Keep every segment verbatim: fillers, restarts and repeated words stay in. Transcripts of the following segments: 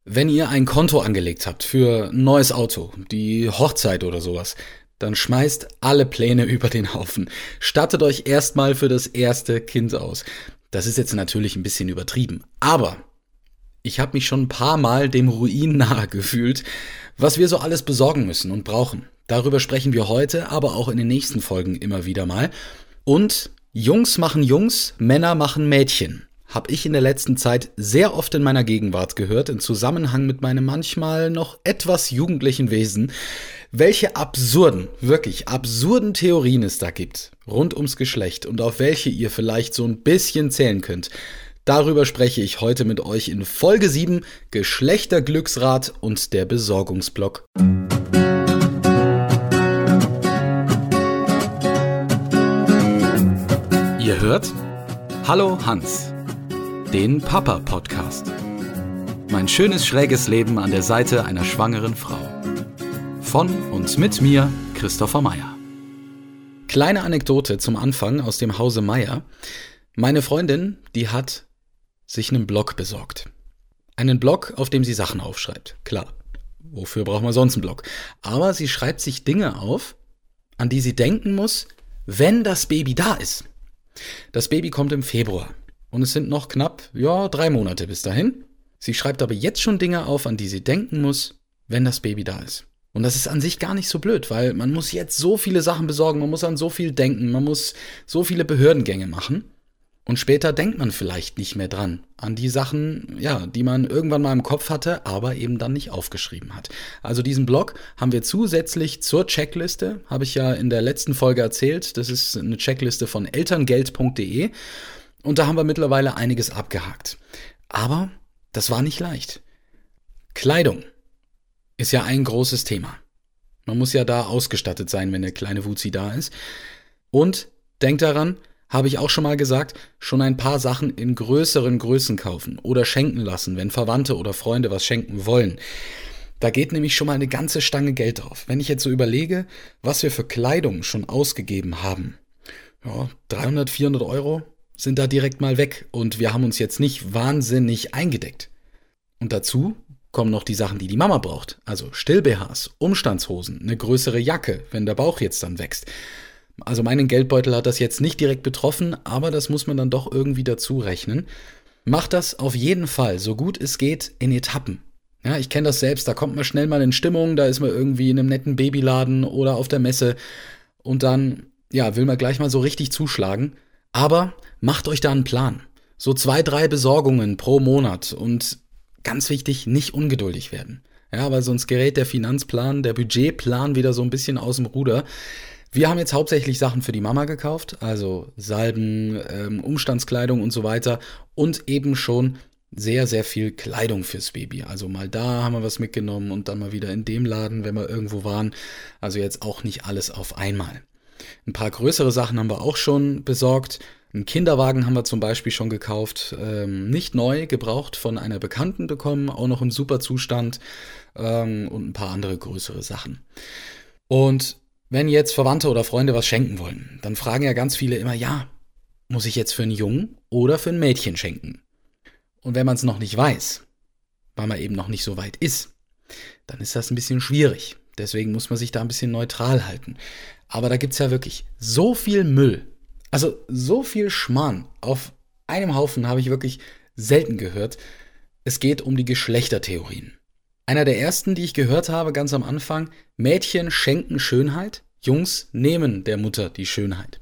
Wenn ihr ein Konto angelegt habt für ein neues Auto, die Hochzeit oder sowas, dann schmeißt alle Pläne über den Haufen. Stattet euch erstmal für das erste Kind aus. Das ist jetzt natürlich ein bisschen übertrieben, aber ich habe mich schon ein paar Mal dem Ruin nahe gefühlt, was wir so alles besorgen müssen und brauchen. Darüber sprechen wir heute, aber auch in den nächsten Folgen immer wieder mal. Und Jungs machen Jungs, Männer machen Mädchen. Habe ich in der letzten Zeit sehr oft in meiner Gegenwart gehört, im Zusammenhang mit meinem manchmal noch etwas jugendlichen Wesen, welche absurden, wirklich absurden Theorien es da gibt, rund ums Geschlecht und auf welche ihr vielleicht so ein bisschen zählen könnt. Darüber spreche ich heute mit euch in Folge sieben, Geschlechterglücksrat und der Besorgungsblock. Ihr hört Hallo Hans, den Papa-Podcast. Mein schönes, schräges Leben an der Seite einer schwangeren Frau. Von und mit mir, Christopher Meyer. Kleine Anekdote zum Anfang aus dem Hause Meyer. Meine Freundin, die hat sich einen Blog besorgt. Einen Blog, auf dem sie Sachen aufschreibt. Klar, wofür braucht man sonst einen Blog? Aber sie schreibt sich Dinge auf, an die sie denken muss, wenn das Baby da ist. Das Baby kommt im Februar. Und es sind noch knapp, ja, drei Monate bis dahin. Sie schreibt aber jetzt schon Dinge auf, an die sie denken muss, wenn das Baby da ist. Und das ist an sich gar nicht so blöd, weil man muss jetzt so viele Sachen besorgen, man muss an so viel denken, man muss so viele Behördengänge machen. Und später denkt man vielleicht nicht mehr dran, an die Sachen, ja, die man irgendwann mal im Kopf hatte, aber eben dann nicht aufgeschrieben hat. Also diesen Blog haben wir zusätzlich zur Checkliste, habe ich ja in der letzten Folge erzählt, das ist eine Checkliste von elterngeld punkt de. Und da haben wir mittlerweile einiges abgehakt. Aber das war nicht leicht. Kleidung ist ja ein großes Thema. Man muss ja da ausgestattet sein, wenn der kleine Wuzi da ist. Und denkt daran, habe ich auch schon mal gesagt, schon ein paar Sachen in größeren Größen kaufen oder schenken lassen, wenn Verwandte oder Freunde was schenken wollen. Da geht nämlich schon mal eine ganze Stange Geld drauf. Wenn ich jetzt so überlege, was wir für Kleidung schon ausgegeben haben, ja, dreihundert, vierhundert Euro sind da direkt mal weg und wir haben uns jetzt nicht wahnsinnig eingedeckt. Und dazu kommen noch die Sachen, die die Mama braucht, also Still-B Hs, Umstandshosen, eine größere Jacke, wenn der Bauch jetzt dann wächst. Also meinen Geldbeutel hat das jetzt nicht direkt betroffen, aber das muss man dann doch irgendwie dazu rechnen. Macht das auf jeden Fall, so gut es geht, in Etappen. Ja, ich kenne das selbst, da kommt man schnell mal in Stimmung, da ist man irgendwie in einem netten Babyladen oder auf der Messe und dann, ja, will man gleich mal so richtig zuschlagen. Aber macht euch da einen Plan. So zwei, drei Besorgungen pro Monat und ganz wichtig, nicht ungeduldig werden. Ja, weil sonst gerät der Finanzplan, der Budgetplan wieder so ein bisschen aus dem Ruder. Wir haben jetzt hauptsächlich Sachen für die Mama gekauft, also Salben, ähm, Umstandskleidung und so weiter und eben schon sehr, sehr viel Kleidung fürs Baby. Also mal da haben wir was mitgenommen und dann mal wieder in dem Laden, wenn wir irgendwo waren. Also jetzt auch nicht alles auf einmal. Ein paar größere Sachen haben wir auch schon besorgt. Einen Kinderwagen haben wir zum Beispiel schon gekauft. Ähm, nicht neu, gebraucht von einer Bekannten bekommen, auch noch im super Zustand. Ähm, und ein paar andere größere Sachen. Und wenn jetzt Verwandte oder Freunde was schenken wollen, dann fragen ja ganz viele immer, ja, muss ich jetzt für einen Jungen oder für ein Mädchen schenken? Und wenn man es noch nicht weiß, weil man eben noch nicht so weit ist, dann ist das ein bisschen schwierig. Deswegen muss man sich da ein bisschen neutral halten. Aber da gibt's ja wirklich so viel Müll, also so viel Schmarrn auf einem Haufen habe ich wirklich selten gehört. Es geht um die Geschlechtertheorien. Einer der ersten, die ich gehört habe ganz am Anfang, Mädchen schenken Schönheit, Jungs nehmen der Mutter die Schönheit.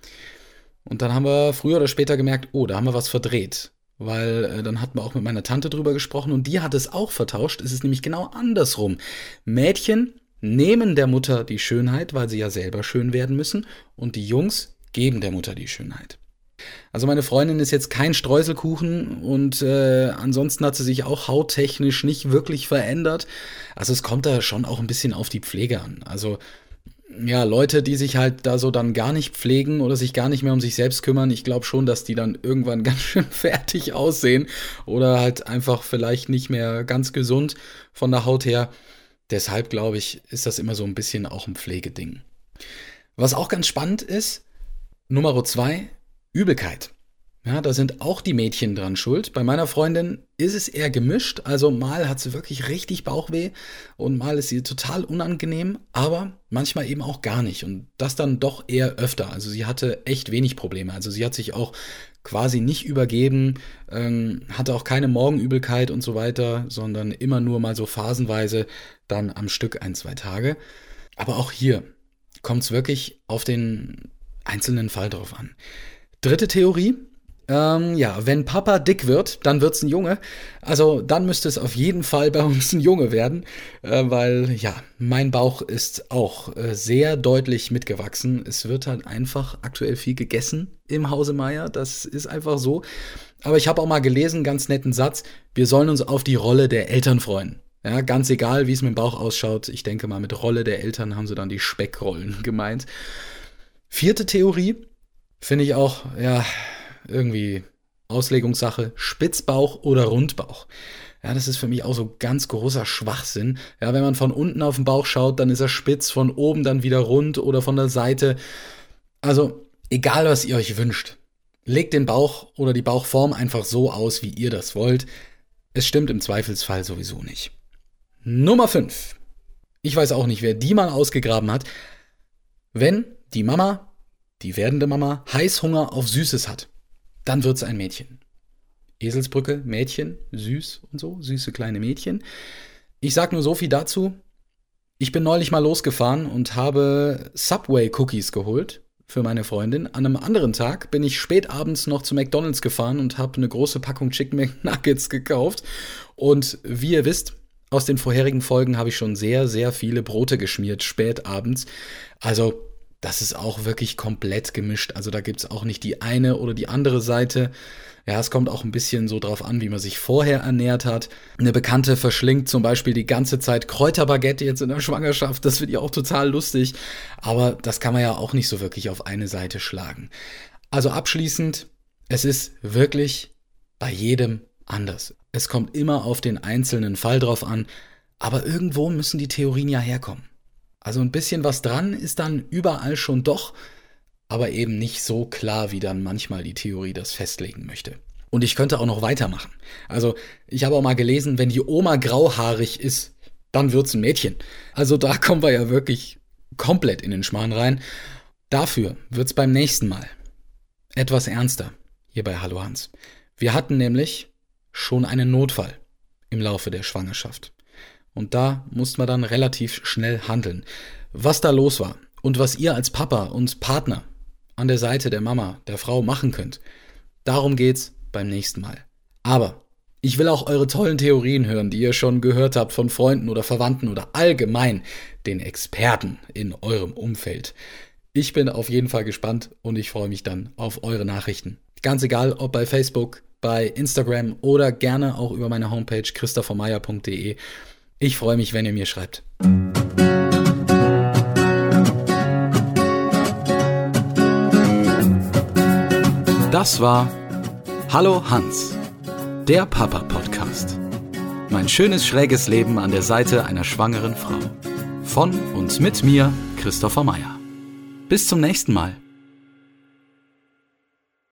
Und dann haben wir früher oder später gemerkt, oh, da haben wir was verdreht. Weil äh, dann hatten wir auch mit meiner Tante drüber gesprochen und die hat es auch vertauscht. Es ist nämlich genau andersrum. Mädchen nehmen der Mutter die Schönheit, weil sie ja selber schön werden müssen und die Jungs geben der Mutter die Schönheit. Also meine Freundin ist jetzt kein Streuselkuchen und äh, ansonsten hat sie sich auch hauttechnisch nicht wirklich verändert. Also es kommt da schon auch ein bisschen auf die Pflege an. Also ja, Leute, die sich halt da so dann gar nicht pflegen oder sich gar nicht mehr um sich selbst kümmern, ich glaube schon, dass die dann irgendwann ganz schön fertig aussehen oder halt einfach vielleicht nicht mehr ganz gesund von der Haut her. Deshalb, glaube ich, ist das immer so ein bisschen auch ein Pflegeding. Was auch ganz spannend ist, Nummer zwei, Übelkeit. Ja, da sind auch die Mädchen dran schuld. Bei meiner Freundin ist es eher gemischt. Also mal hat sie wirklich richtig Bauchweh und mal ist sie total unangenehm, aber manchmal eben auch gar nicht. Und das dann doch eher öfter. Also sie hatte echt wenig Probleme. Also sie hat sich auch quasi nicht übergeben, ähm, hatte auch keine Morgenübelkeit und so weiter, sondern immer nur mal so phasenweise dann am Stück ein, zwei Tage. Aber auch hier kommt es wirklich auf den einzelnen Fall drauf an. Dritte Theorie. Ähm, ja, wenn Papa dick wird, dann wird's ein Junge. Also dann müsste es auf jeden Fall bei uns ein Junge werden, äh, weil ja, mein Bauch ist auch äh, sehr deutlich mitgewachsen. Es wird halt einfach aktuell viel gegessen im Hause Meier, das ist einfach so. Aber ich habe auch mal gelesen, ganz netten Satz, wir sollen uns auf die Rolle der Eltern freuen. Ja, ganz egal, wie es mit dem Bauch ausschaut. Ich denke mal, mit Rolle der Eltern haben sie dann die Speckrollen gemeint. Vierte Theorie, finde ich auch, ja, irgendwie Auslegungssache, Spitzbauch oder Rundbauch. Ja, das ist für mich auch so ganz großer Schwachsinn. Ja, wenn man von unten auf den Bauch schaut, dann ist er spitz, von oben dann wieder rund oder von der Seite. Also, egal was ihr euch wünscht, legt den Bauch oder die Bauchform einfach so aus, wie ihr das wollt. Es stimmt im Zweifelsfall sowieso nicht. Nummer fünf. Ich weiß auch nicht, wer die mal ausgegraben hat. Wenn die Mama, die werdende Mama, Heißhunger auf Süßes hat, dann wird's ein Mädchen. Eselsbrücke, Mädchen, süß und so, süße kleine Mädchen. Ich sag nur so viel dazu. Ich bin neulich mal losgefahren und habe Subway-Cookies geholt für meine Freundin. An einem anderen Tag bin ich spät abends noch zu McDonald's gefahren und habe eine große Packung Chicken McNuggets gekauft. Und wie ihr wisst, aus den vorherigen Folgen habe ich schon sehr, sehr viele Brote geschmiert, spät abends. Also das ist auch wirklich komplett gemischt. Also da gibt's auch nicht die eine oder die andere Seite. Ja, es kommt auch ein bisschen so drauf an, wie man sich vorher ernährt hat. Eine Bekannte verschlingt zum Beispiel die ganze Zeit Kräuterbaguette jetzt in der Schwangerschaft. Das finde ich auch total lustig. Aber das kann man ja auch nicht so wirklich auf eine Seite schlagen. Also abschließend, es ist wirklich bei jedem anders. Es kommt immer auf den einzelnen Fall drauf an. Aber irgendwo müssen die Theorien ja herkommen. Also ein bisschen was dran ist dann überall schon doch, aber eben nicht so klar, wie dann manchmal die Theorie das festlegen möchte. Und ich könnte auch noch weitermachen. Also ich habe auch mal gelesen, wenn die Oma grauhaarig ist, dann wird's ein Mädchen. Also da kommen wir ja wirklich komplett in den Schmarrn rein. Dafür wird's beim nächsten Mal etwas ernster hier bei Hallo Hans. Wir hatten nämlich schon einen Notfall im Laufe der Schwangerschaft. Und da musste man dann relativ schnell handeln. Was da los war und was ihr als Papa und Partner an der Seite der Mama, der Frau machen könnt, darum geht's beim nächsten Mal. Aber ich will auch eure tollen Theorien hören, die ihr schon gehört habt von Freunden oder Verwandten oder allgemein den Experten in eurem Umfeld. Ich bin auf jeden Fall gespannt und ich freue mich dann auf eure Nachrichten. Ganz egal, ob bei Facebook, bei Instagram oder gerne auch über meine Homepage christopher meyer punkt de. Ich freue mich, wenn ihr mir schreibt. Das war Hallo Hans, der Papa-Podcast. Mein schönes, schräges Leben an der Seite einer schwangeren Frau. Von und mit mir, Christopher Meyer. Bis zum nächsten Mal.